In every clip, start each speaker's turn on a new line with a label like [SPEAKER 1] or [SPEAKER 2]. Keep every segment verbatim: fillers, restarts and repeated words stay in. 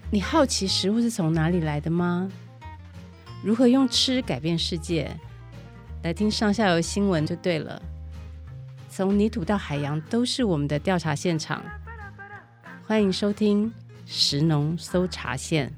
[SPEAKER 1] 你好奇食物是从哪里来的吗？如何用吃改变世界？来听上下游新闻就对了。从泥土到海洋都是我们的调查现场。欢迎收听食农搜查线。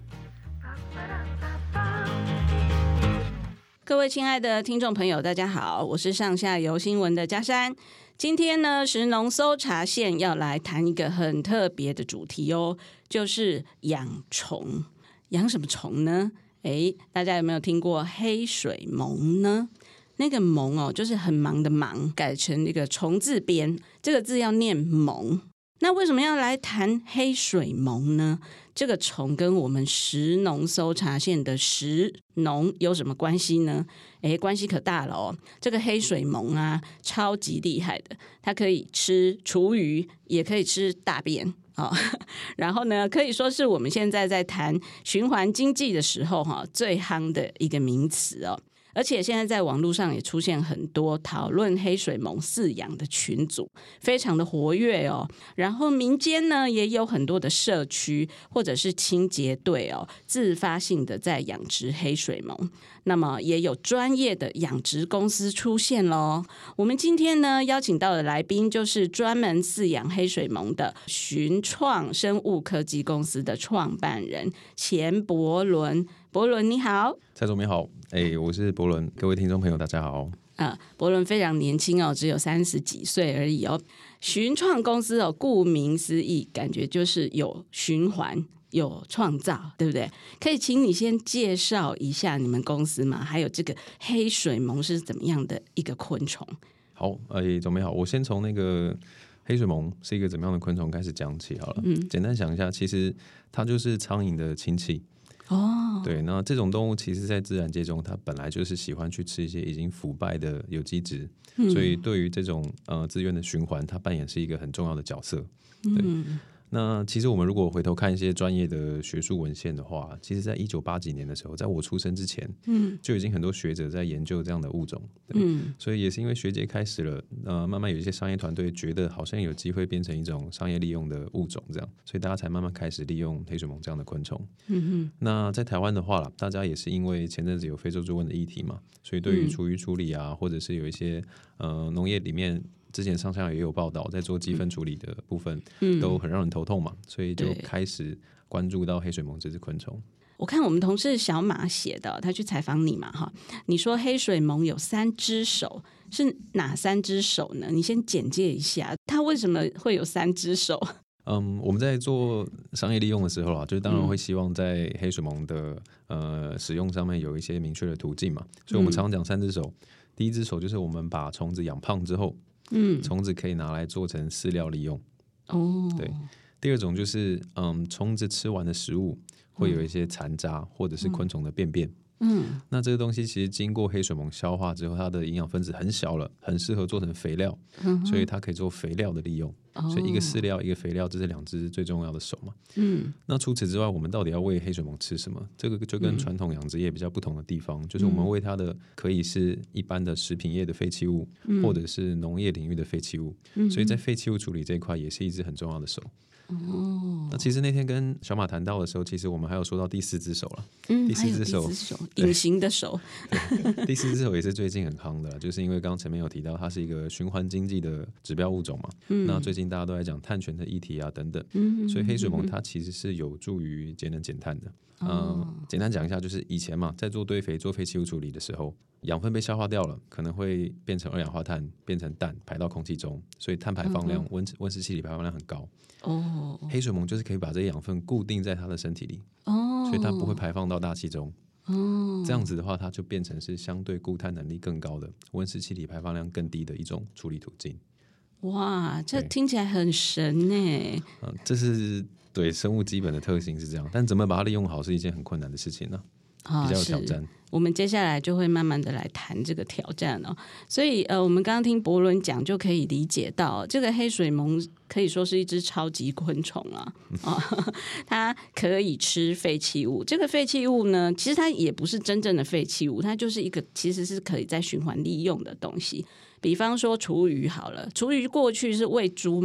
[SPEAKER 1] 各位亲爱的听众朋友，大家好，我是上下游新闻的嘉珊。今天呢，食农搜查线要来谈一个很特别的主题哦，就是养虫。养什么虫呢？诶，大家有没有听过黑水虻呢？那个虻哦，就是很忙的忙，改成那个虫字边，这个字要念虻。那为什么要来谈黑水虻呢？这个虫跟我们食农搜查线的食农有什么关系呢？诶，关系可大了哦。这个黑水虻啊，超级厉害的，它可以吃厨余，也可以吃大便。哦、然后呢，可以说是我们现在在谈循环经济的时候、哦、最夯的一个名词哦。而且现在在网络上也出现很多讨论黑水虻饲养的群组，非常的活跃哦。然后民间呢也有很多的社区或者是清洁队哦，自发性的在养殖黑水虻。那么也有专业的养殖公司出现咯。我们今天呢邀请到的来宾就是专门饲养黑水虻的寻创生物科技公司的创办人钱伯伦。伯伦你好。
[SPEAKER 2] 蔡总你好、欸、我是伯伦，各位听众朋友大家好。
[SPEAKER 1] 呃，伯伦非常年轻哦，只有三十几岁而已哦。寻创公司哦，顾名思义，感觉就是有循环有创造，对不对？可以请你先介绍一下你们公司吗？还有这个黑水虻是怎么样的一个昆虫？
[SPEAKER 2] 好，欸、总没好，我先从那个黑水虻是一个怎么样的昆虫开始讲起好了。嗯，简单想一下，其实它就是苍蝇的亲戚。哦，对，那这种动物其实在自然界中它本来就是喜欢去吃一些已经腐败的有机质、嗯、所以对于这种呃资源的循环它扮演是一个很重要的角色。对、嗯，那其实我们如果回头看一些专业的学术文献的话，其实在一九八几年的时候，在我出生之前、嗯、就已经很多学者在研究这样的物种。嗯，所以也是因为学界开始了、呃、慢慢有一些商业团队觉得好像有机会变成一种商业利用的物种，这样，所以大家才慢慢开始利用黑水虻这样的昆虫。嗯哼，那在台湾的话啦，大家也是因为前阵子有非洲猪瘟的议题嘛，所以对于厨余处理啊、嗯、或者是有一些呃农业里面之前上下也有报道在做鸡粪处理的部分、嗯、都很让人头痛嘛，所以就开始关注到黑水虻这只昆虫。
[SPEAKER 1] 我看我们同事小马写的，他去采访你嘛哈，你说黑水虻有三只手，是哪三只手呢？你先简介一下，它为什么会有三只手？
[SPEAKER 2] 嗯，我们在做商业利用的时候啊，就是当然会希望在黑水虻的呃使用上面有一些明确的途径嘛，所以我们常常讲三只手、嗯。第一只手就是我们把虫子养胖之后，嗯，虫子可以拿来做成饲料利用。哦，对。第二种就是嗯，虫子吃完的食物会有一些残渣或者是昆虫的便便。嗯，那这个东西其实经过黑水虻消化之后，它的营养分子很小了，很适合做成肥料、嗯、所以它可以做肥料的利用、哦、所以一个饲料一个肥料，这是两只最重要的手嘛。嗯，那除此之外我们到底要喂黑水虻吃什么？这个就跟传统养殖业比较不同的地方、嗯、就是我们喂它的可以是一般的食品业的废弃物、嗯、或者是农业领域的废弃物、嗯、所以在废弃物处理这一块也是一只很重要的手。哦，那其实那天跟小马谈到的时候，其实我们还有说到第四只手了。嗯，第四只手，
[SPEAKER 1] 隐形的手。
[SPEAKER 2] 第四只手也是最近很夯的，就是因为刚刚前面有提到，它是一个循环经济的指标物种嘛。嗯，那最近大家都在讲碳权的议题啊等等。嗯，所以黑水虻它其实是有助于节能减碳的。嗯、呃，简单讲一下，就是以前嘛，在做堆肥、做废弃物处理的时候，养分被消化掉了，可能会变成二氧化碳，变成氮排到空气中，所以碳排放量、温温室气体排放量很高。哦，黑水虻就是可以把这些养分固定在它的身体里，哦，所以它不会排放到大气中。哦，这样子的话，它就变成是相对固碳能力更高的、温室气体排放量更低的一种处理途径。
[SPEAKER 1] 哇，这听起来很神耶、
[SPEAKER 2] 嗯、这是对生物基本的特性是这样，但怎么把它利用好是一件很困难的事情呢、啊？比较有挑战。
[SPEAKER 1] 我们接下来就会慢慢的来谈这个挑战哦。所以呃，我们刚刚听伯伦讲就可以理解到，这个黑水虻可以说是一只超级昆虫啊，哦、它可以吃废弃物。这个废弃物呢，其实它也不是真正的废弃物，它就是一个其实是可以再循环利用的东西。比方说厨余好了，厨余过去是喂猪嘛，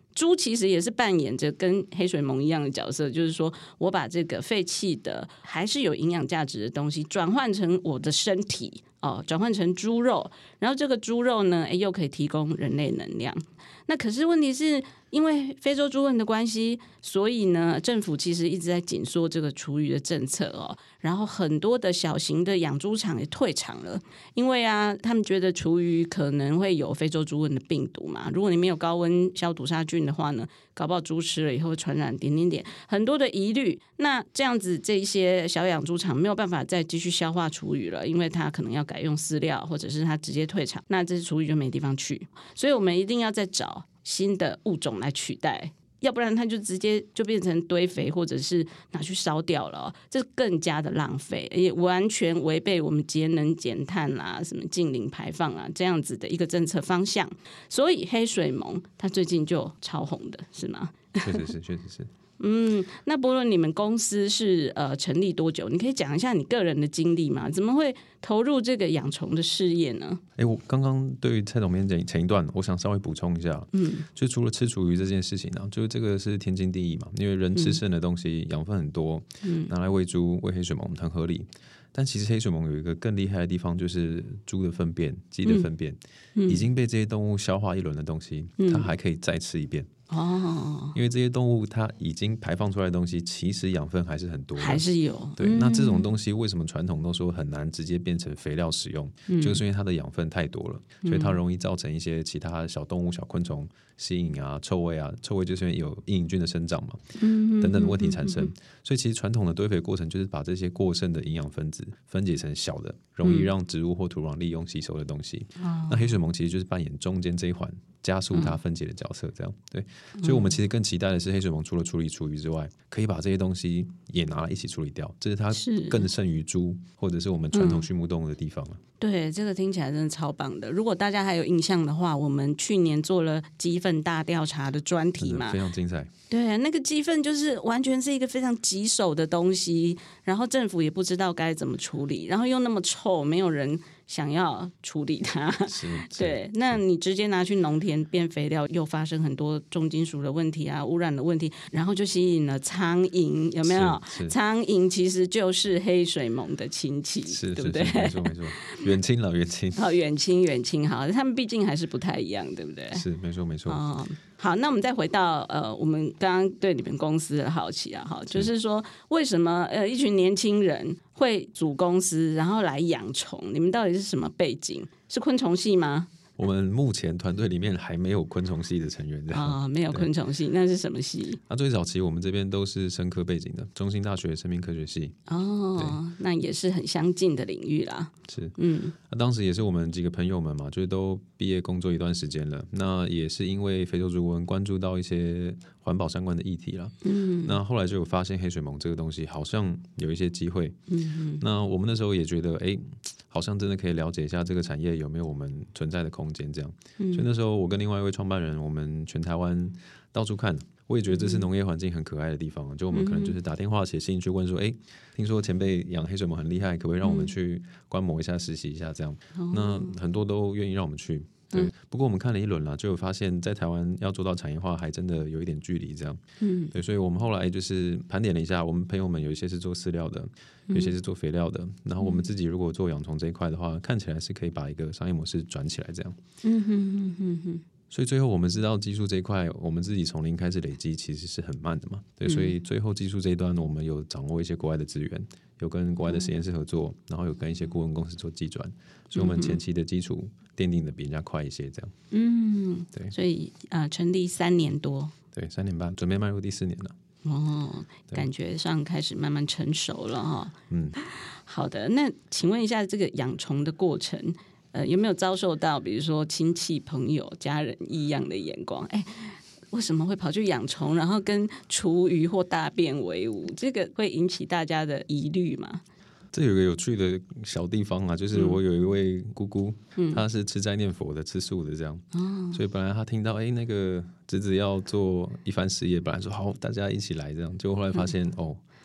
[SPEAKER 1] 猪其实也是扮演着跟黑水虻一样的角色，就是说我把这个废弃的还是有营养价值的东西转换成我的身体哦，转换成猪肉，然后这个猪肉呢，哎，又可以提供人类能量。那可是问题是因为非洲猪瘟的关系，所以呢，政府其实一直在紧缩这个厨余的政策哦，然后很多的小型的养猪场也退场了，因为啊，他们觉得厨余可能会有非洲猪瘟的病毒嘛，如果你没有高温消毒杀菌的话呢，搞不好猪吃了以后会传染点点点，很多的疑虑。那这样子，这一些小养猪场没有办法再继续消化厨余了，因为它可能要改用饲料，或者是它直接退场，那这些厨余就没地方去，所以我们一定要再找新的物种来取代，要不然它就直接就变成堆肥，或者是拿去烧掉了、哦，这更加的浪费，也完全违背我们节能减碳啦、什么净零排放啊这样子的一个政策方向。所以黑水虻它最近就超红的，是吗？
[SPEAKER 2] 确实是，确实是。
[SPEAKER 1] 嗯，那不论你们公司是呃成立多久，你可以讲一下你个人的经历吗？怎么会投入这个养虫的事业呢？
[SPEAKER 2] 哎，我刚刚对于蔡总编前一段，我想稍微补充一下，嗯，就除了吃厨余这件事情呢、啊，就是这个是天经地义嘛，因为人吃剩的东西、嗯、养分很多，嗯，拿来喂猪、喂黑水虻很合理。但其实黑水虻有一个更厉害的地方，就是猪的粪便、鸡的粪便、嗯、已经被这些动物消化一轮的东西，它还可以再吃一遍。哦，因为这些动物它已经排放出来的东西，其实养分还是很多的，
[SPEAKER 1] 还是有。
[SPEAKER 2] 对，嗯、那这种东西为什么传统都说很难直接变成肥料使用？嗯、就是因为它的养分太多了，所以它容易造成一些其他小动物、小昆虫吸引啊、臭味啊，臭味就是因为有阴影菌的生长嘛，嗯、等等的问题产生。嗯、所以其实传统的堆肥过程就是把这些过剩的营养分子分解成小的，容易让植物或土壤利用吸收的东西。嗯、那黑水虻其实就是扮演中间这一环，加速它分解的角色，这样对。所以我们其实更期待的是，黑水虻除了处理厨余之外，可以把这些东西也拿来一起处理掉，这是它更胜于猪或者是我们传统畜牧动物的地方了。嗯、
[SPEAKER 1] 对，这个听起来真的超棒的。如果大家还有印象的话，我们去年做了鸡粪大调查的专题嘛，
[SPEAKER 2] 非常精彩。
[SPEAKER 1] 对，那个鸡粪就是完全是一个非常棘手的东西，然后政府也不知道该怎么处理，然后又那么臭，没有人想要处理它。
[SPEAKER 2] 是，
[SPEAKER 1] 对，那你直接拿去农田变肥料，又发生很多重金属的问题啊、污染的问题，然后就吸引了苍蝇，有没有？苍蝇其实就是黑水虻的亲戚，
[SPEAKER 2] 是
[SPEAKER 1] 对不对？
[SPEAKER 2] 没错没错，远亲了远亲。
[SPEAKER 1] 好，远亲远亲，好，他们毕竟还是不太一样，对不对？
[SPEAKER 2] 是，没错没错。
[SPEAKER 1] 哦，好，那我们再回到呃，我们刚刚对你们公司的好奇啊，哈，就是说为什么呃一群年轻人会组公司，然后来养虫？你们到底是什么背景？是昆虫系吗？
[SPEAKER 2] 我们目前团队里面还没有昆虫系的成员，
[SPEAKER 1] 啊、哦，没有昆虫系，那是什么系？
[SPEAKER 2] 啊，最早期我们这边都是生科背景的，中兴大学生命科学系。
[SPEAKER 1] 哦，那也是很相近的领域啦。
[SPEAKER 2] 是，嗯，那、啊、当时也是我们几个朋友们嘛，就是都毕业工作一段时间了，那也是因为非洲猪瘟关注到一些环保相关的议题啦。嗯，那后来就有发现黑水虻这个东西好像有一些机会。嗯，那我们那时候也觉得，哎，好像真的可以了解一下这个产业有没有我们存在的空间，这样。嗯、所以那时候我跟另外一位创办人，我们全台湾到处看，我也觉得这是农业环境很可爱的地方。就我们可能就是打电话、写信去问说，哎，听说前辈养黑水虻很厉害，可不可以让我们去观摩一下、实习一下这样？嗯、那很多都愿意让我们去。对，不过我们看了一轮啦，就有发现，在台湾要做到产业化，还真的有一点距离，这样。嗯，对，所以我们后来就是盘点了一下，我们朋友们有一些是做饲料的，有一些是做肥料的，然后我们自己如果做养虫这一块的话，看起来是可以把一个商业模式转起来，这样。嗯哼哼哼哼。所以最后我们知道技术这一块，我们自己从零开始累积，其实是很慢的嘛。对，所以最后技术这一端，我们有掌握一些国外的资源，有跟国外的实验室合作，然后有跟一些顾问公司做技转，所以我们前期的基础奠定的比人家快一些，这样。嗯，对。
[SPEAKER 1] 所以啊、呃，成立三年多，
[SPEAKER 2] 对，三年半，准备迈入第四年了。
[SPEAKER 1] 哦，感觉上开始慢慢成熟了哈。嗯，好的。那请问一下，这个养虫的过程。呃，有没有遭受到比如说亲戚、朋友、家人异样的眼光？哎，为什么会跑去养虫，然后跟厨余或大便为伍？这个会引起大家的疑虑吗？
[SPEAKER 2] 这有个有趣的小地方啊，就是我有一位姑姑，嗯、她是吃斋念佛的，吃素的这样，嗯、所以本来她听到哎那个侄子要做一番事业，本来说好大家一起来这样，结果后来发现、嗯、哦。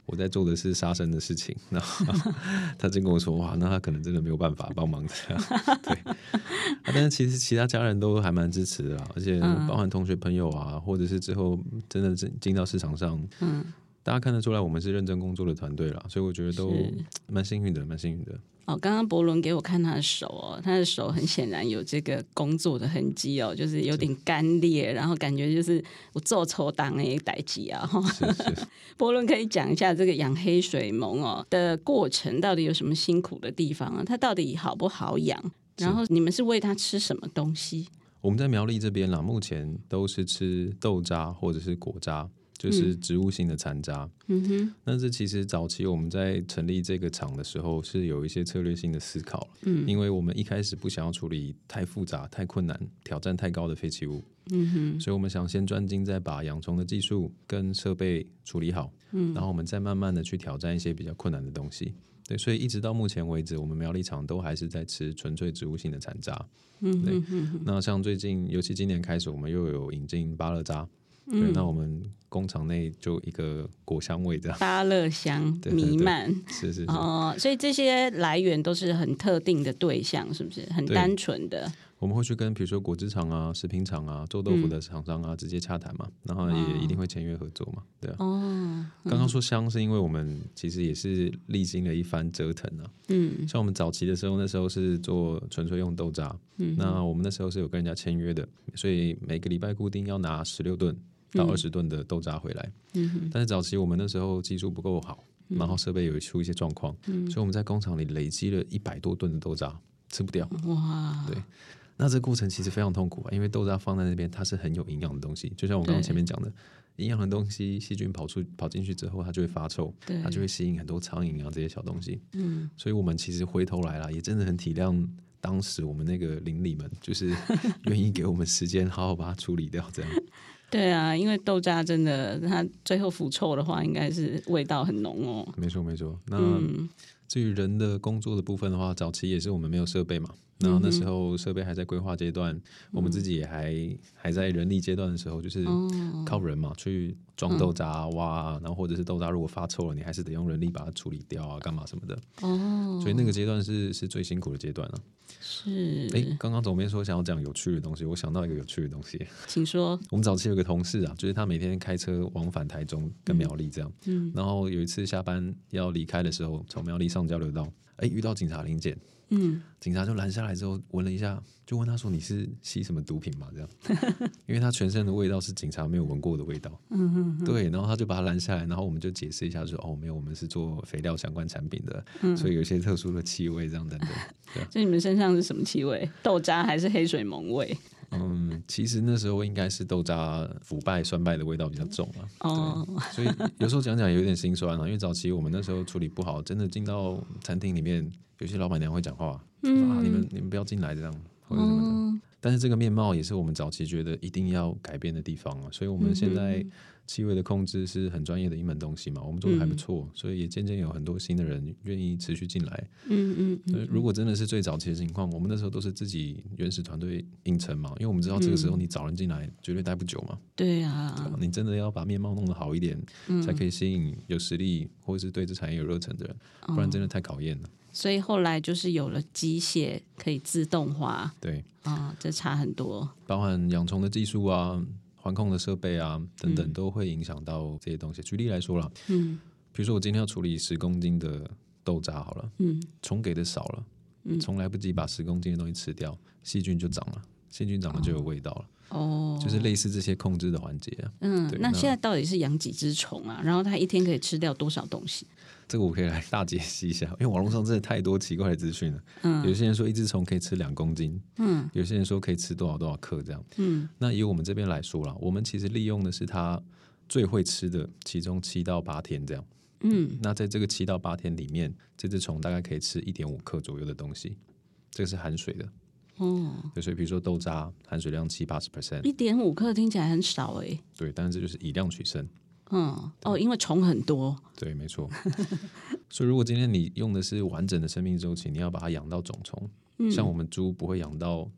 [SPEAKER 2] 我在做的是杀生的事情，然后他就跟我说哇，那他可能真的没有办法帮忙这样。对、啊，但是其实其他家人都还蛮支持的啦，而且包含同学朋友啊，或者是之后真的进到市场上，嗯，大家看得出来我们是认真工作的团队啦，所以我觉得都蛮幸运的，蛮幸运的。
[SPEAKER 1] 哦，刚刚伯伦给我看他的手哦，他的手很显然有这个工作的痕迹哦，就是有点干裂，然后感觉就是我做抽档的代志啊。
[SPEAKER 2] 是是，
[SPEAKER 1] 伯伦可以讲一下这个养黑水虻哦的过程到底有什么辛苦的地方啊？它到底好不好养？然后你们是喂它吃什么东西？
[SPEAKER 2] 我们在苗栗这边啦，目前都是吃豆渣或者是果渣。就是植物性的残渣，嗯哼，那这其实早期我们在成立这个厂的时候是有一些策略性的思考，嗯，因为我们一开始不想要处理太复杂、太困难、挑战太高的废弃物，嗯哼，所以我们想先专精在把养虫的技术跟设备处理好，嗯，然后我们再慢慢的去挑战一些比较困难的东西，对，所以一直到目前为止，我们苗栗厂都还是在吃纯粹植物性的残渣，嗯，对，那像最近，尤其今年开始，我们又有引进芭乐渣。对，嗯、那我们工厂内就一个果香味这样，
[SPEAKER 1] 芭乐香弥漫，
[SPEAKER 2] 是是是
[SPEAKER 1] 哦，所以这些来源都是很特定的对象，是不是很单纯的？
[SPEAKER 2] 我们会去跟比如说果汁厂啊、食品厂啊、做豆腐的厂商啊、嗯、直接洽谈嘛，然后也一定会签约合作嘛，对啊。哦，刚刚说香是因为我们其实也是历经了一番折腾啊。嗯，像我们早期的时候，那时候是做纯粹用豆渣，嗯，那我们那时候是有跟人家签约的，所以每个礼拜固定要拿十六吨到二十吨的豆渣回来。嗯，但是早期我们那时候技术不够好，然后设备有出一些状况，嗯，所以我们在工厂里累积了一百多吨的豆渣，吃不掉。哇，对。那这个过程其实非常痛苦啊，因为豆渣放在那边，它是很有营养的东西，就像我刚刚前面讲的，营养的东西，细菌跑出跑进去之后，它就会发臭，它就会吸引很多苍蝇啊这些小东西。嗯，所以我们其实回头来了，也真的很体谅当时我们那个邻里们，就是愿意给我们时间，好好把它处理掉，这样。
[SPEAKER 1] 对啊，因为豆渣真的，它最后腐臭的话，应该是味道很浓哦。
[SPEAKER 2] 没错没错。那、嗯、至于人的工作的部分的话，早期也是我们没有设备嘛。然后那时候设备还在规划阶段，嗯、我们自己也还还在人力阶段的时候，就是靠人嘛，去装豆渣、啊、挖啊，然后或者是豆渣如果发臭了，你还是得用人力把它处理掉啊，干嘛什么的。哦，所以那个阶段是是最辛苦的阶段啊。
[SPEAKER 1] 是。
[SPEAKER 2] 哎，刚刚总编说想要讲有趣的东西，我想到一个有趣的东西，
[SPEAKER 1] 请说。
[SPEAKER 2] 我们早期有个同事啊，就是他每天开车往返台中跟苗栗这样，嗯，然后有一次下班要离开的时候，从苗栗上交流道，哎，遇到警察临检。嗯，警察就拦下来之后闻了一下，就问他说：“你是吸什么毒品吗？”这样，因为他全身的味道是警察没有闻过的味道。嗯哼哼，对，然后他就把他拦下来，然后我们就解释一下说：“哦，没有，我们是做肥料相关产品的，嗯、所以有一些特殊的气味这样等等。”对，
[SPEAKER 1] 所以你们身上是什么气味？豆渣还是黑水虻味？
[SPEAKER 2] 嗯，其实那时候应该是豆渣腐败酸败的味道比较重啊。哦，所以有时候讲讲有点心酸啊，因为早期我们那时候处理不好，真的进到餐厅里面。有些老板娘会讲话，嗯、说啊，你们你们不要进来这样，或者什么的。嗯、但是这个面貌也是我们早期觉得一定要改变的地方啊，所以我们现在气味的控制是很专业的一门东西嘛，我们做的还不错，嗯、所以也渐渐有很多新的人愿意持续进来。嗯嗯嗯。如果真的是最早期的情况，我们那时候都是自己原始团队硬撑嘛，因为我们知道这个时候你找人进来绝对待不久嘛。
[SPEAKER 1] 对啊，
[SPEAKER 2] 对啊，你真的要把面貌弄得好一点，嗯、才可以吸引有实力或者是对这产业有热忱的人，不然真的太考验了。
[SPEAKER 1] 所以后来就是有了机械可以自动化，
[SPEAKER 2] 对
[SPEAKER 1] 啊、哦，这差很多。
[SPEAKER 2] 包含养虫的技术啊、环控的设备啊等等，都会影响到这些东西。嗯、举例来说啦，嗯，比如说我今天要处理十公斤的豆渣好了，嗯，虫给的少了，嗯，虫来不及把十公斤的东西吃掉，细菌就长了，细菌长了就有味道了。哦，就是类似这些控制的环节啊。嗯，
[SPEAKER 1] 那现在到底是养几只虫啊？然后它一天可以吃掉多少东西？
[SPEAKER 2] 这个我可以来大解析一下，因为网络上真的太多奇怪的资讯了。嗯，有些人说一只虫可以吃两公斤，嗯，有些人说可以吃多少多少克这样。嗯，那以我们这边来说啦，我们其实利用的是它最会吃的其中七到八天这样。嗯，那在这个七到八天里面，这只虫大概可以吃一点五克左右的东西，这个是含水的。哦，对，所以比如说豆渣含水量七八十 percent，
[SPEAKER 1] 一点五克听起来很少哎、欸。
[SPEAKER 2] 对，但是这就是以量取胜。
[SPEAKER 1] 嗯，哦，因为虫很多。
[SPEAKER 2] 对，没错。所以如果今天你用的是完整的生命周期，你要把它养到种虫，嗯、像我们猪不会养到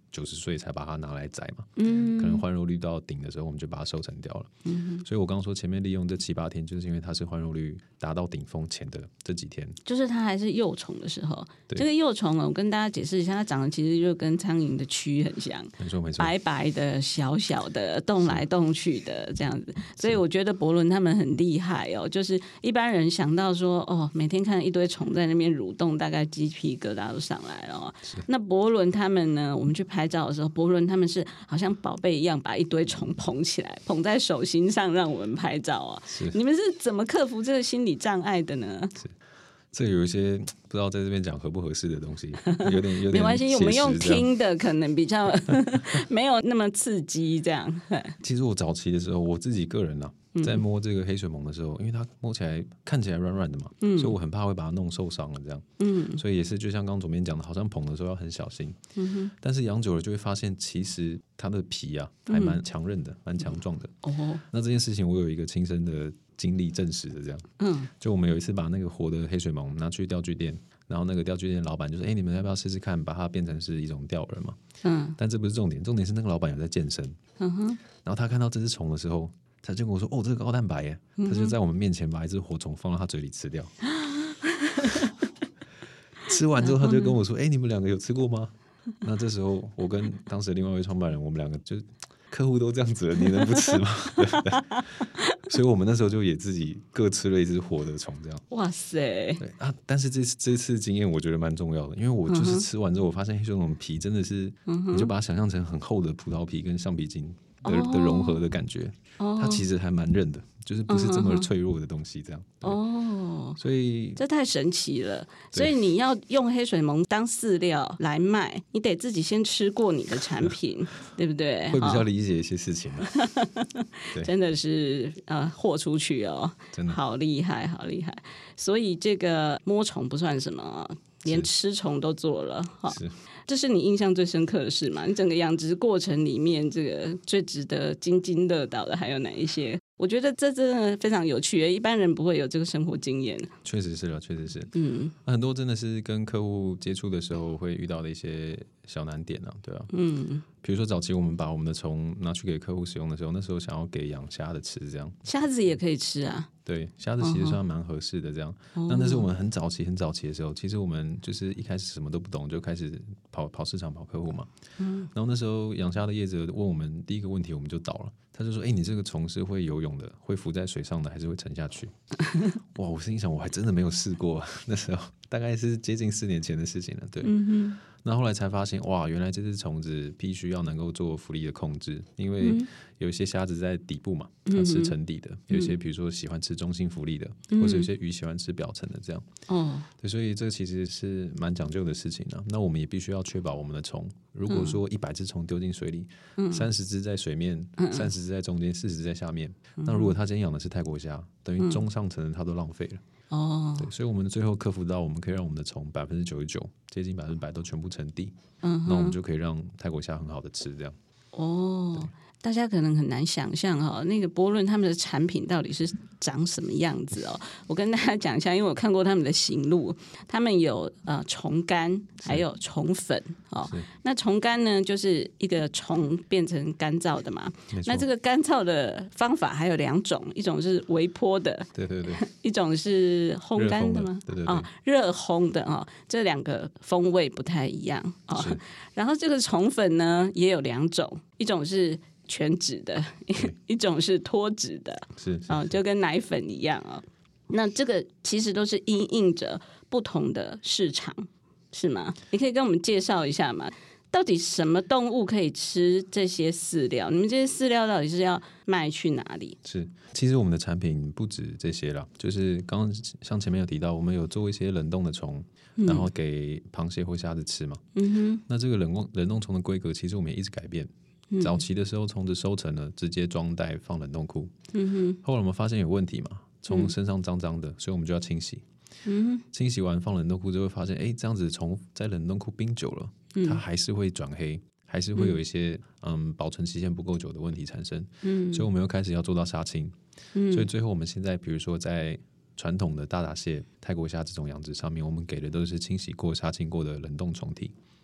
[SPEAKER 2] 九十岁才把它拿来宰嘛，嗯，可能换肉率到顶的时候，我们就把它收成掉了。嗯，所以我刚刚说前面利用这七八天，就是因为它是换肉率达到顶峰前的这几天，
[SPEAKER 1] 就是它还是幼虫的时候。这个幼虫我跟大家解释一下，它长得其实就跟苍蝇的蛆很像，
[SPEAKER 2] 没错没错，
[SPEAKER 1] 白白的、小小的，动来动去的这样子。所以我觉得伯伦他们很厉害哦，就是一般人想到说哦，每天看一堆虫在那边蠕动，大概鸡皮疙瘩都上来了哦。那伯伦他们呢，我们去拍照的时候，伯伦他们是好像宝贝一样，把一堆虫捧起来，捧在手心上让我们拍照啊。你们是怎么克服这个心理障碍的呢？
[SPEAKER 2] 是这有一些不知道在这边讲合不合适的东西，有点有点
[SPEAKER 1] 没关系，我们用听的可能比较没有那么刺激。这样，
[SPEAKER 2] 其实我早期的时候，我自己个人啊，在摸这个黑水虻的时候，因为它摸起来看起来软软的嘛，嗯，所以我很怕会把它弄受伤了这样，嗯，所以也是就像刚刚左边讲的，好像捧的时候要很小心，嗯哼，但是养久了就会发现，其实它的皮啊还蛮强韧的，蛮强壮的。哦，那这件事情我有一个亲身的经历证实的，这样，嗯，就我们有一次把那个活的黑水虻拿去钓具店，然后那个钓具店老板就说：“哎、欸，你们要不要试试看，把它变成是一种钓饵嘛？”嗯，但这不是重点，重点是那个老板有在健身，嗯哼，然后他看到这只虫的时候，他就跟我说：“哦，这个高蛋白耶！”他就在我们面前把一只活虫放到他嘴里吃掉。吃完之后，他就跟我说：“哎、欸，你们两个有吃过吗？”那这时候，我跟当时的另外一位创办人，我们两个就客户都这样子了，你能不吃吗？对不对？所以我们那时候就也自己各吃了一只活的虫，这样。
[SPEAKER 1] 哇塞！
[SPEAKER 2] 对啊，但是这这次经验我觉得蛮重要的，因为我就是吃完之后，我发现黑水虻皮真的是，嗯、你就把它想象成很厚的葡萄皮跟橡皮筋的、哦、的融合的感觉，哦、它其实还蛮韧的，就是不是这么脆弱的东西，这样。哦，所以
[SPEAKER 1] 这太神奇了。所以你要用黑水虻当饲料来卖，你得自己先吃过你的产品，对不对？
[SPEAKER 2] 会比较理解一些事情、啊。
[SPEAKER 1] 真的是呃豁出去哦，
[SPEAKER 2] 真的
[SPEAKER 1] 好厉害，好厉害。所以这个摸虫不算什么，连吃虫都做了哈。这是你印象最深刻的事吗？你整个养殖过程里面，这个最值得津津乐道的还有哪一些？我觉得这真的非常有趣，一般人不会有这个生活经验。
[SPEAKER 2] 确实是了，确实是。嗯，很多真的是跟客户接触的时候会遇到的一些小难点啊，对啊。嗯，比如说早期我们把我们的虫拿去给客户使用的时候，那时候想要给养虾的吃，这样。
[SPEAKER 1] 虾子也可以吃啊。
[SPEAKER 2] 对，虾子其实算蛮合适的，这样。哦、那那是我们很早期、很早期的时候，其实我们就是一开始什么都不懂，就开始跑跑市场、跑客户嘛。嗯。然后那时候养虾的业者问我们第一个问题，我们就倒了。他就说：“哎、欸，你这个虫是会游泳的，会浮在水上的，还是会沉下去？”哇，我心想，我还真的没有试过、啊。那时候大概是接近四年前的事情了，对。嗯、那后来才发现，哇，原来这只虫子必须要能够做浮力的控制，因为有一些虾子在底部嘛，它吃沉底的；有一些比如说喜欢吃中性浮力的，嗯、或者有些鱼喜欢吃表层的，这样。哦，对，所以这其实是蛮讲究的事情啊。那我们也必须要确保我们的虫，如果说一百只虫丢进水里，三十只在水面，三十只在中间，四十只在下面。那如果他今天养的是泰国虾，等于中上层的他都浪费了。哦，对，所以我们最后克服到，我们可以让我们的虫百分之九十九，接近百分之百都全部沉底。嗯，那我们就可以让泰国虾很好的吃，这样。
[SPEAKER 1] 哦。大家可能很难想象哈、哦，那个伯伦他们的产品到底是长什么样子哦？我跟大家讲一下，因为我看过他们的行路，他们有呃虫干，还有虫粉哦。那虫干呢，就是一个虫变成干燥的嘛。那这个干燥的方法还有两种，一种是微波的，
[SPEAKER 2] 对对对，
[SPEAKER 1] 一种是烘干的吗？
[SPEAKER 2] 对对对，
[SPEAKER 1] 哦，热烘的哦，这两个风味不太一样哦。然后这个虫粉呢也有两种，一种是全脂的，一种是脱脂的，
[SPEAKER 2] 是
[SPEAKER 1] 啊、哦，就跟奶粉一样啊、哦。那这个其实都是因应着不同的市场，是吗？你可以跟我们介绍一下吗？到底什么动物可以吃这些饲料？你们这些饲料到底是要卖去哪里？
[SPEAKER 2] 是，其实我们的产品不止这些啦，就是刚刚像前面有提到，我们有做一些冷冻的虫，然后给螃蟹或虾子吃嘛。嗯哼。那这个冷冻冷冻虫的规格，其实我们也一直改变。早期的时候，虫子收成了，直接装袋放冷冻库。嗯哼。后来我们发现有问题嘛，虫身上脏脏的，所以我们就要清洗。嗯哼。清洗完放冷冻库就会发现，哎，这样子虫在冷冻库冰久了，它还是会转黑，还是会有一些 嗯, 嗯保存期限不够久的问题产生。嗯。所以我们又开始要做到杀青。嗯。所以最后我们现在，比如说在传统的大闸蟹、泰国虾这种养殖上面，我们给的都是清洗过、杀青过的冷冻虫体。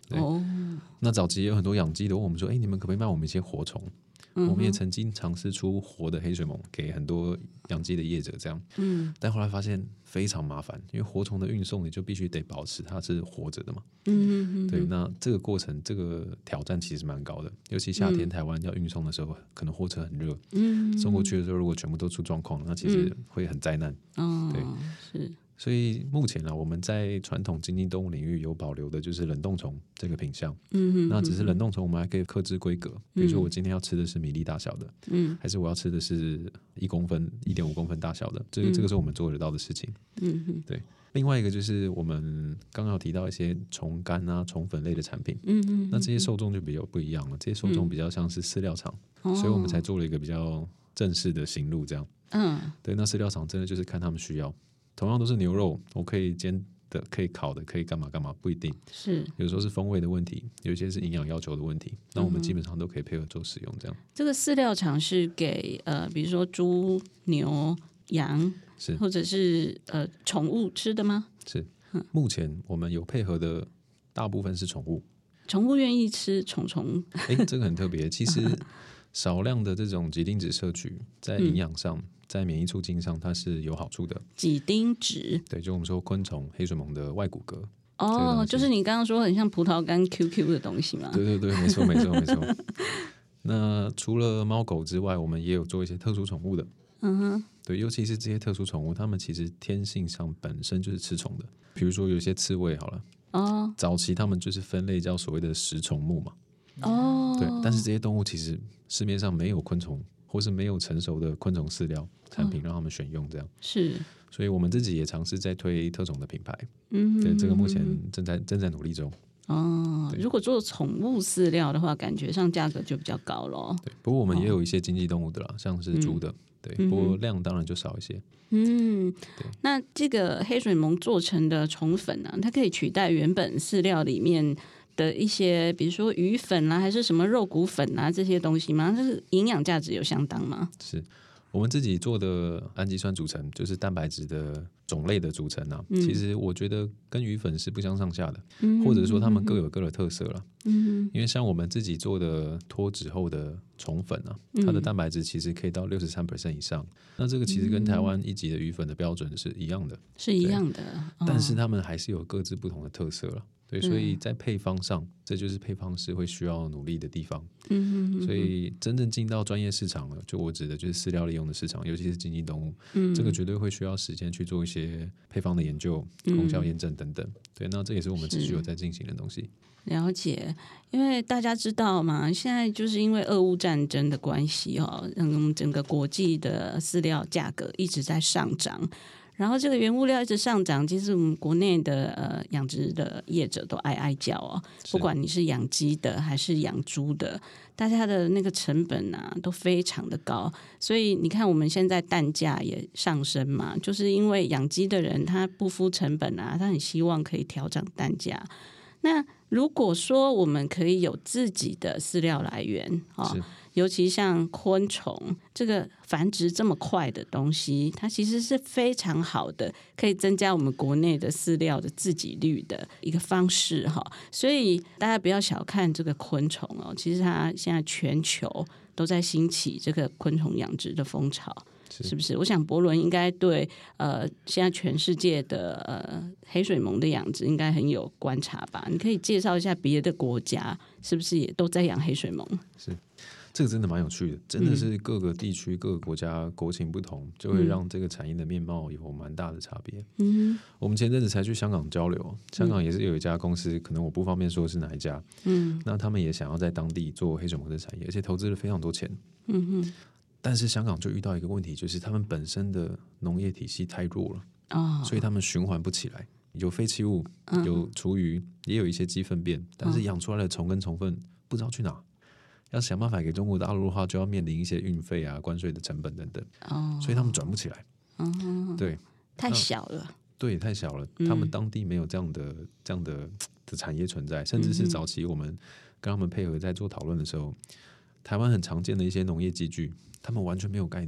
[SPEAKER 2] 对，哦，那早期也有很多养鸡的问我们说，哎，你们可不可以卖我们一些活虫？嗯、我们也曾经尝试出活的黑水虻给很多养鸡的业者这样，嗯，但后来发现非常麻烦，因为活虫的运送你就必须得保持它是活着的嘛，嗯，对，那这个过程这个挑战其实蛮高的，尤其夏天台湾要运送的时候，可能货车很热，嗯，送过去的时候如果全部都出状况，那其实会很灾难，嗯，对，是。所以目前呢、啊，我们在传统经济动物领域有保留的就是冷冻虫这个品项。嗯哼，那只是冷冻虫，我们还可以克制规格，比如说我今天要吃的是米粒大小的，嗯，还是我要吃的是一公分、一点五公分大小的，这个、嗯、这个是我们做得到的事情。嗯哼，对。另外一个就是我们刚刚有提到一些虫干啊、虫粉类的产品，嗯嗯，那这些受众就比较不一样了，这些受众比较像是饲料厂，嗯、所以我们才做了一个比较正式的行路这样。嗯，对，那饲料厂真的就是看他们需要。同样都是牛肉，我可以煎的，可以烤的，可以干嘛干嘛，不一定是。有时候是风味的问题，有些是营养要求的问题，那我们基本上都可以配合做使用。这样，
[SPEAKER 1] 这个饲料厂是给呃，比如说猪、牛、羊，是或者是呃宠物吃的吗？
[SPEAKER 2] 是。目前我们有配合的大部分是宠物，
[SPEAKER 1] 宠物愿意吃虫虫。
[SPEAKER 2] 哎，这个很特别。其实少量的这种几丁质摄取，在营养上。嗯在免疫促进上，它是有好处的。
[SPEAKER 1] 几丁质，
[SPEAKER 2] 对，就我们说昆虫黑水虻的外骨骼。
[SPEAKER 1] 哦，就是你刚刚说很像葡萄干 Q Q 的东西吗？
[SPEAKER 2] 对对对，没错没错没错。那除了猫狗之外，我们也有做一些特殊宠物的。嗯哼，对，尤其是这些特殊宠物，它们其实天性上本身就是吃虫的。比如说有些刺猬，好了，哦，早期它们就是分类叫所谓的食虫目嘛。哦，对，但是这些动物其实市面上没有昆虫。或是没有成熟的昆虫饲料产品让他们选用，这样、嗯、是，所以我们自己也尝试在推特种的品牌，嗯，对，这个目前正在正在努力中。
[SPEAKER 1] 哦，如果做宠物饲料的话，感觉上价格就比较高咯。
[SPEAKER 2] 对，不过我们也有一些经济动物的啦，哦、像是猪的，对，不过量当然就少一些。
[SPEAKER 1] 嗯，对。那这个黑水虻做成的虫粉呢、啊，它可以取代原本饲料里面的一些，比如说鱼粉啊，还是什么肉骨粉啊这些东西吗？这个营养价值有相当吗？
[SPEAKER 2] 是我们自己做的氨基酸组成，就是蛋白质的种类的组成啊。嗯、其实我觉得跟鱼粉是不相上下的，嗯、或者说它们各有各的特色了。嗯，因为像我们自己做的脱脂后的虫粉啊，它的蛋白质其实可以到 百分之六十三 以上。那这个其实跟台湾一级的鱼粉的标准是一样的，
[SPEAKER 1] 是一样的。
[SPEAKER 2] 哦、但是它们还是有各自不同的特色了。对，所以在配方上，嗯、这就是配方师会需要努力的地方。嗯哼哼哼，所以真正进到专业市场了，就我指的就是饲料利用的市场，尤其是经济动物，嗯、这个绝对会需要时间去做一些配方的研究、功效验证等等。嗯、对，那这也是我们持续有在进行的东西。
[SPEAKER 1] 了解，因为大家知道嘛，现在就是因为俄乌战争的关系哦，嗯，整个国际的饲料价格一直在上涨。然后这个原物料一直上涨，其实我们国内的呃养殖的业者都哀哀叫哦，不管你是养鸡的还是养猪的，大家的那个成本啊都非常的高，所以你看我们现在蛋价也上升嘛，就是因为养鸡的人他不敷成本啊，他很希望可以调涨蛋价。那如果说我们可以有自己的饲料来源啊，尤其像昆虫这个繁殖这么快的东西，它其实是非常好的，可以增加我们国内的饲料的自给率的一个方式哈。所以大家不要小看这个昆虫哦，其实它现在全球都在兴起这个昆虫养殖的风潮。是不是？我想博伦应该对呃现在全世界的呃黑水虻的养殖应该很有观察吧？你可以介绍一下别的国家是不是也都在养黑水虻？
[SPEAKER 2] 是，这个真的蛮有趣的，真的是各个地区、嗯、各个国家国情不同，就会让这个产业的面貌有蛮大的差别。嗯，我们前阵子才去香港交流，香港也是有一家公司，可能我不方便说是哪一家。嗯，那他们也想要在当地做黑水虻的产业，而且投资了非常多钱。嗯哼。但是香港就遇到一个问题，就是他们本身的农业体系太弱了，哦、所以他们循环不起来。有废弃物，有厨余，也有一些鸡粪便，但是养出来的虫跟虫粪不知道去哪。要想办法给中国大陆的话，就要面临一些运费啊、关税的成本等等，哦、所以他们转不起来。嗯、对，
[SPEAKER 1] 太小了。
[SPEAKER 2] 对，太小了。嗯、他们当地没有这样的这样的的产业存在，甚至是早期我们跟他们配合在做讨论的时候，台湾很常见的一些农业机具。他们完全没有概念，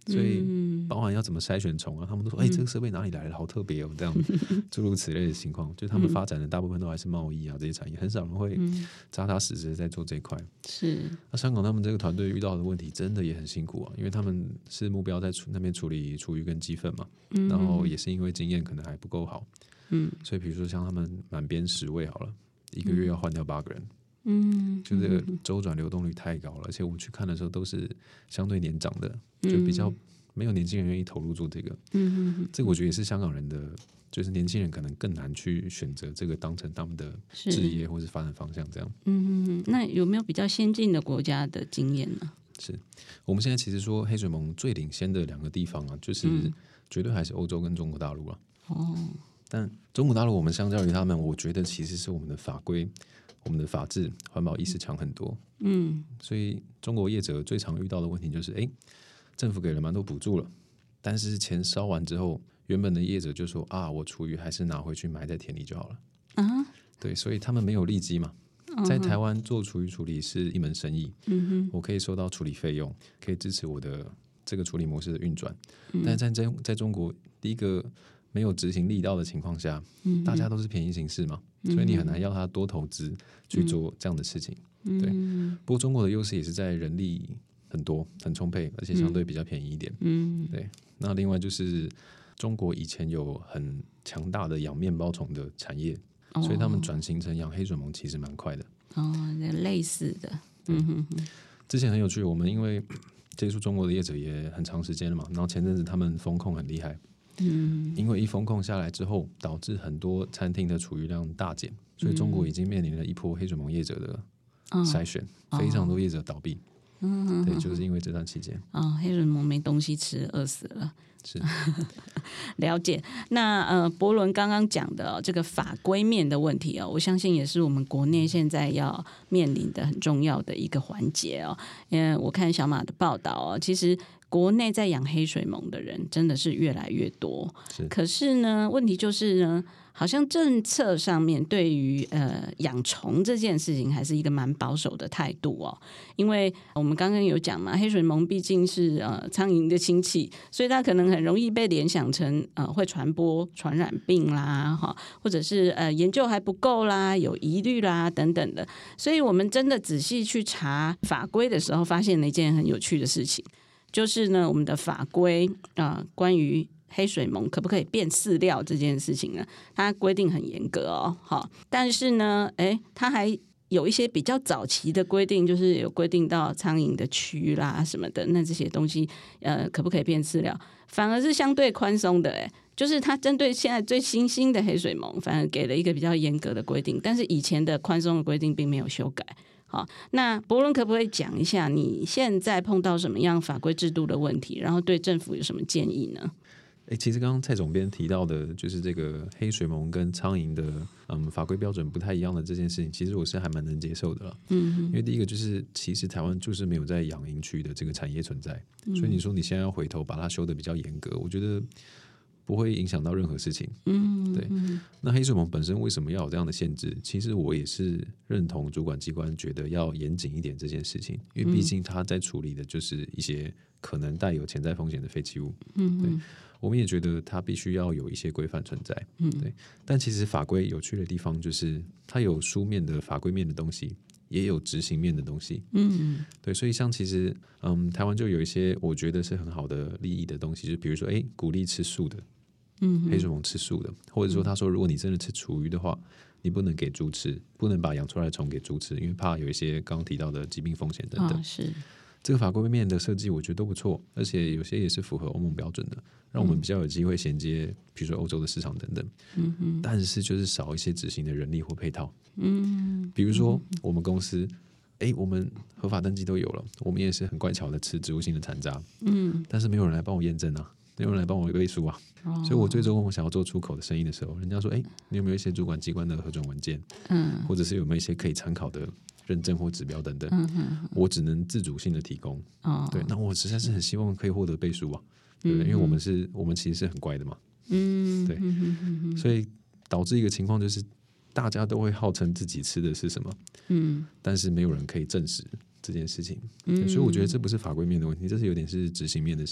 [SPEAKER 2] 所以包含要怎么筛选虫啊，他们都说哎、欸，这个设备哪里来的，好特别哦，这样诸如此类的情况，就他们发展的大部分都还是贸易啊这些产业，很少人会扎扎实实的在做这一块。
[SPEAKER 1] 是，
[SPEAKER 2] 那香港他们这个团队遇到的问题真的也很辛苦啊，因为他们是目标在那边处理厨余跟鸡粪嘛，然后也是因为经验可能还不够好，嗯，所以比如说像他们满编十位好了，一个月要换掉八个人。嗯，就这个周转流动率太高了，而且我们去看的时候都是相对年长的，就比较没有年轻人愿意投入做这个。嗯，这个我觉得也是香港人的，就是年轻人可能更难去选择这个当成他们的职业或是发展方向这样。
[SPEAKER 1] 嗯，那有没有比较先进的国家的经验呢？
[SPEAKER 2] 是我们现在其实说黑水虻最领先的两个地方啊，就是绝对还是欧洲跟中国大陆啊。哦，但中国大陆我们相较于他们，我觉得其实是我们的法规。我们的法治、环保意识强很多，嗯，所以中国业者最常遇到的问题就是，哎，政府给了蛮多补助了，但是钱烧完之后，原本的业者就说啊，我厨余还是拿回去埋在田里就好了，啊，对，所以他们没有利基嘛。在台湾做厨余处理是一门生意，嗯哼，我可以收到处理费用，可以支持我的这个处理模式的运转，嗯、但在在在中国，第一个没有执行力道的情况下，嗯、大家都是便宜行事嘛。所以你很难要他多投资去做这样的事情，嗯、对。不过中国的优势也是在人力很多、很充沛，而且相对比较便宜一点，嗯，对。那另外就是中国以前有很强大的养面包虫的产业，哦、所以他们转型成养黑水虻其实蛮快的。
[SPEAKER 1] 哦，类似的，嗯哼哼。
[SPEAKER 2] 之前很有趣，我们因为接触中国的业者也很长时间了嘛，然后前阵子他们风控很厉害。嗯，因为一风控下来之后，导致很多餐厅的厨余量大减，所以中国已经面临了一波黑水虻业者的筛选，哦、非常多业者倒闭。嗯，对，就是因为这段期间，
[SPEAKER 1] 哦，黑水虻没东西吃，饿死了。
[SPEAKER 2] 是
[SPEAKER 1] 了解。那呃，伯伦刚刚讲的、哦、这个法规面的问题哦，我相信也是我们国内现在要面临的很重要的一个环节哦。因为我看小马的报道哦，其实国内在养黑水虻的人真的是越来越多，
[SPEAKER 2] 是
[SPEAKER 1] 可是呢，问题就是呢，好像政策上面对于呃养虫这件事情还是一个蛮保守的态度哦。因为我们刚刚有讲嘛，黑水虻毕竟是呃苍蝇的亲戚，所以它可能很容易被联想成呃会传播传染病啦，哈，或者是呃研究还不够啦，有疑虑啦等等的。所以我们真的仔细去查法规的时候，发现了一件很有趣的事情。就是呢，我们的法规啊、呃，关于黑水虻可不可以变饲料这件事情呢，它规定很严格哦，好，但是呢，哎，它还有一些比较早期的规定，就是有规定到苍蝇的蛆啦什么的，那这些东西呃，可不可以变饲料，反而是相对宽松的，哎，就是它针对现在最新兴的黑水虻，反而给了一个比较严格的规定，但是以前的宽松的规定并没有修改。好，那伯伦可不可以讲一下你现在碰到什么样法规制度的问题，然后对政府有什么建议呢？
[SPEAKER 2] 欸、其实刚刚蔡总编提到的，就是这个黑水虻跟苍蝇的嗯法规标准不太一样的这件事情，其实我是还蛮能接受的啦。嗯，因为第一个就是，其实台湾就是没有在养营区的这个产业存在，嗯、所以你说你现在要回头把它修得比较严格，我觉得不会影响到任何事情。嗯，对。那黑水虻本身为什么要有这样的限制？其实我也是认同主管机关觉得要严谨一点这件事情，因为毕竟他在处理的就是一些可能带有潜在风险的废弃物。嗯，对。我们也觉得它必须要有一些规范存在。嗯，对。但其实法规有趣的地方就是它有书面的法规面的东西，也有执行面的东西。嗯，对。所以像其实嗯，台湾就有一些我觉得是很好的利益的东西，就比如说哎，鼓励吃素的。嗯，黑水虻吃素的，或者说他说，如果你真的吃厨余的话，你不能给猪吃，不能把养出来的虫给猪吃，因为怕有一些刚刚提到的疾病风险等等。
[SPEAKER 1] 哦、是
[SPEAKER 2] 这个法规面的设计，我觉得都不错，而且有些也是符合欧盟标准的，让我们比较有机会衔接，比如说欧洲的市场等等。嗯哼，但是就是少一些执行的人力或配套。嗯，比如说我们公司，哎，我们合法登记都有了，我们也是很乖巧的吃植物性的残渣。嗯，但是没有人来帮我验证啊。没有人来帮我背书啊，哦、所以我最终我想要做出口的生意的时候，人家说：“哎，你有没有一些主管机关的核准文件？嗯，或者是有没有一些可以参考的认证或指标等等？”嗯哼，我只能自主性的提供。哦，对，那我实在是很希望可以获得背书啊，对不对？嗯、因为我们是，我们其实是很乖的嘛。嗯，对，嗯、所以导致一个情况就是，大家都会号称自己吃的是什么，嗯，但是没有人可以证实这件事情。嗯，所以我觉得这不是法规面的问题，这是有点是执行面的事。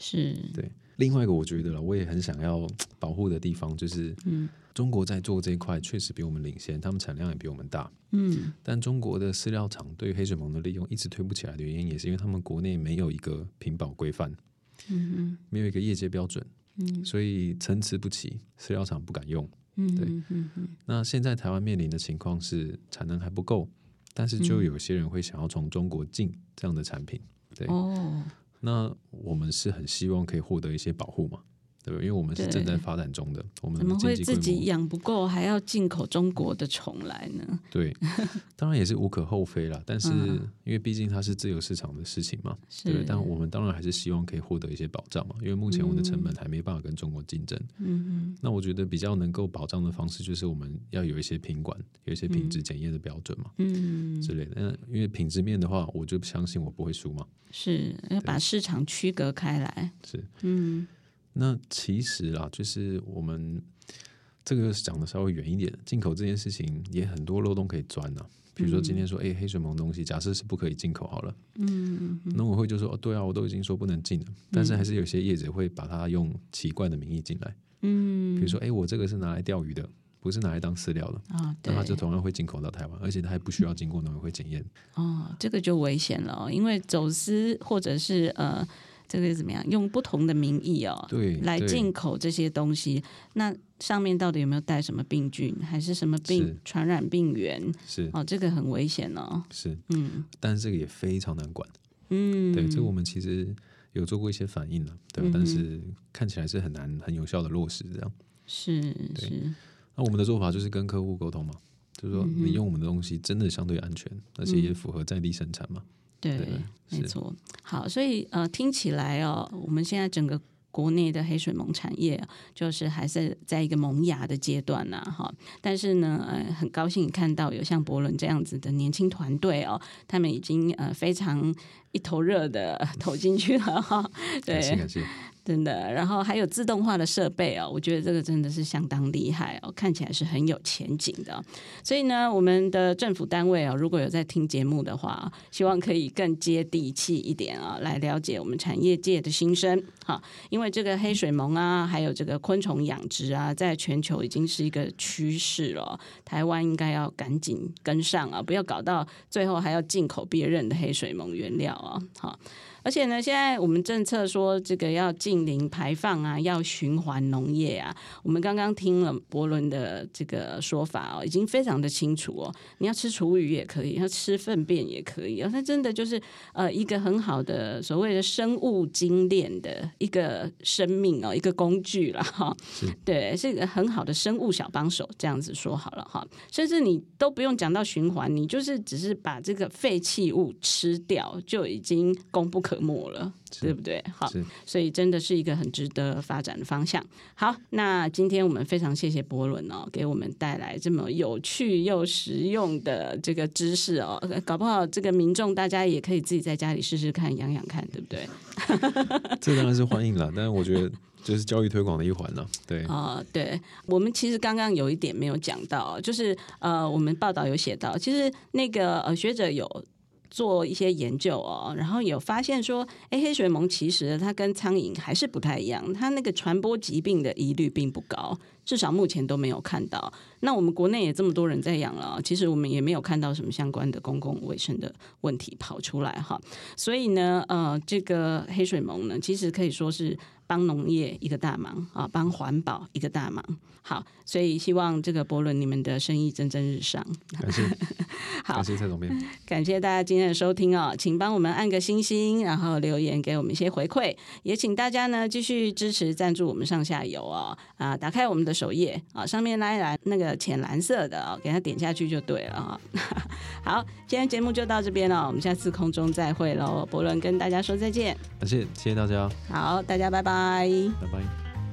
[SPEAKER 1] 是，
[SPEAKER 2] 对。另外一个我觉得啦，我也很想要保护的地方就是，嗯，中国在做这一块确实比我们领先，他们产量也比我们大，嗯，但中国的饲料厂对黑水虻的利用一直推不起来的原因，也是因为他们国内没有一个品保规范，嗯，没有一个业界标准，嗯，所以参差不齐，饲料厂不敢用，嗯，对，嗯嗯。那现在台湾面临的情况是产能还不够，但是就有些人会想要从中国进这样的产品，对，哦。那我们是很希望可以获得一些保护嘛，对吧？因为我们是正在发展中的，我们
[SPEAKER 1] 怎么会自己养不够，还要进口中国的虫来呢？
[SPEAKER 2] 对，当然也是无可厚非啦。但是因为毕竟它是自由市场的事情嘛，对。但我们当然还是希望可以获得一些保障嘛，因为目前我们的成本还没办法跟中国竞争。嗯，那我觉得比较能够保障的方式，就是我们要有一些品管，有一些品质检验的标准嘛，嗯之类的。那因为品质面的话，我就相信我不会输嘛。
[SPEAKER 1] 是要把市场区隔开来。
[SPEAKER 2] 是，嗯。那其实啦，就是我们这个讲的稍微远一点，进口这件事情也很多漏洞可以钻啊。比如说今天说，哎、嗯欸，黑水虻东西假设是不可以进口好了，嗯，农委会就说，哦，对啊，我都已经说不能进了，但是还是有些业者会把它用奇怪的名义进来，嗯，比如说，哎、欸，我这个是拿来钓鱼的，不是拿来当饲料的，啊，那它就同样会进口到台湾，而且它还不需要经过农委会检验。
[SPEAKER 1] 哦，这个就危险了、哦，因为走私或者是呃。这个怎么样？用不同的名义哦，
[SPEAKER 2] 对，
[SPEAKER 1] 来进口这些东西，那上面到底有没有带什么病菌，还是什么病传染病源？
[SPEAKER 2] 是
[SPEAKER 1] 哦，这个很危险哦。
[SPEAKER 2] 是，嗯，但是这个也非常难管。嗯，对，这个我们其实有做过一些反应了，对、嗯，但是看起来是很难很有效的落实这样。
[SPEAKER 1] 是是。
[SPEAKER 2] 那我们的做法就是跟客户沟通嘛，就是说你用我们的东西真的相对安全，而且也符合在地生产嘛。
[SPEAKER 1] 对，对没错。好，所以呃，听起来哦，我们现在整个国内的黑水虻产业就是还是在一个萌芽的阶段呐、啊，哈。但是呢，呃，很高兴看到有像博伦这样子的年轻团队哦，他们已经呃非常一头热的投进去了哈。对，
[SPEAKER 2] 感谢感谢。
[SPEAKER 1] 真的，然后还有自动化的设备哦，我觉得这个真的是相当厉害哦，看起来是很有前景的。所以呢，我们的政府单位哦，如果有在听节目的话，希望可以更接地气一点啊、哦，来了解我们产业界的心声哈。因为这个黑水虻啊，还有这个昆虫养殖啊，在全球已经是一个趋势了，台湾应该要赶紧跟上啊，不要搞到最后还要进口别人的黑水虻原料啊、哦，好。而且呢，现在我们政策说这个要净零排放啊，要循环农业啊。我们刚刚听了博伦的这个说法哦，已经非常的清楚哦。你要吃厨余也可以，要吃粪便也可以，它真的就是呃一个很好的所谓的生物精炼的一个生命哦，一个工具了哈。对，是一个很好的生物小帮手，这样子说好了哈。甚至你都不用讲到循环，你就是只是把这个废弃物吃掉，就已经功不可没了，对不对？好，所以真的是一个很值得发展的方向。好，那今天我们非常谢谢博伦哦，给我们带来这么有趣又实用的这个知识哦，搞不好这个民众大家也可以自己在家里试试看，养养看，对不对？
[SPEAKER 2] 这当然是欢迎了，但是我觉得就是教育推广的一环了，对
[SPEAKER 1] 啊、呃，对，我们其实刚刚有一点没有讲到，就是呃，我们报道有写到，其实那个呃学者有做一些研究哦，然后有发现说，哎，黑水虻其实它跟苍蝇还是不太一样，它那个传播疾病的疑虑并不高，至少目前都没有看到。那我们国内也这么多人在养了，其实我们也没有看到什么相关的公共卫生的问题跑出来哈。所以呢，呃，这个黑水虻呢，其实可以说是帮农业一个大忙啊，帮环保一个大忙。好，所以希望这个博伦你们的生意蒸蒸日上。
[SPEAKER 2] 感谢，好，感谢蔡总编，
[SPEAKER 1] 感谢大家今天的收听哦，请帮我们按个星星，然后留言给我们一些回馈，也请大家呢继续支持赞助我们上下游哦。啊，打开我们的首页啊，上面那一栏那个浅蓝色的哦，给它点下去就对了哈、哦。好，今天节目就到这边了，我们下次空中再会喽。博伦跟大家说再见，
[SPEAKER 2] 感谢，谢谢大家，
[SPEAKER 1] 好，大家拜拜，
[SPEAKER 2] 拜拜。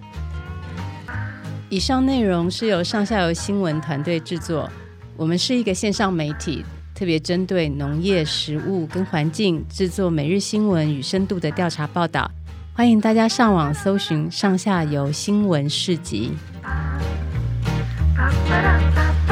[SPEAKER 3] 以上内容是由上下游新闻团队制作，我们是一个线上媒体，特别针对农业、食物跟环境制作每日新闻与深度的调查报道，欢迎大家上网搜寻上下游新闻市集。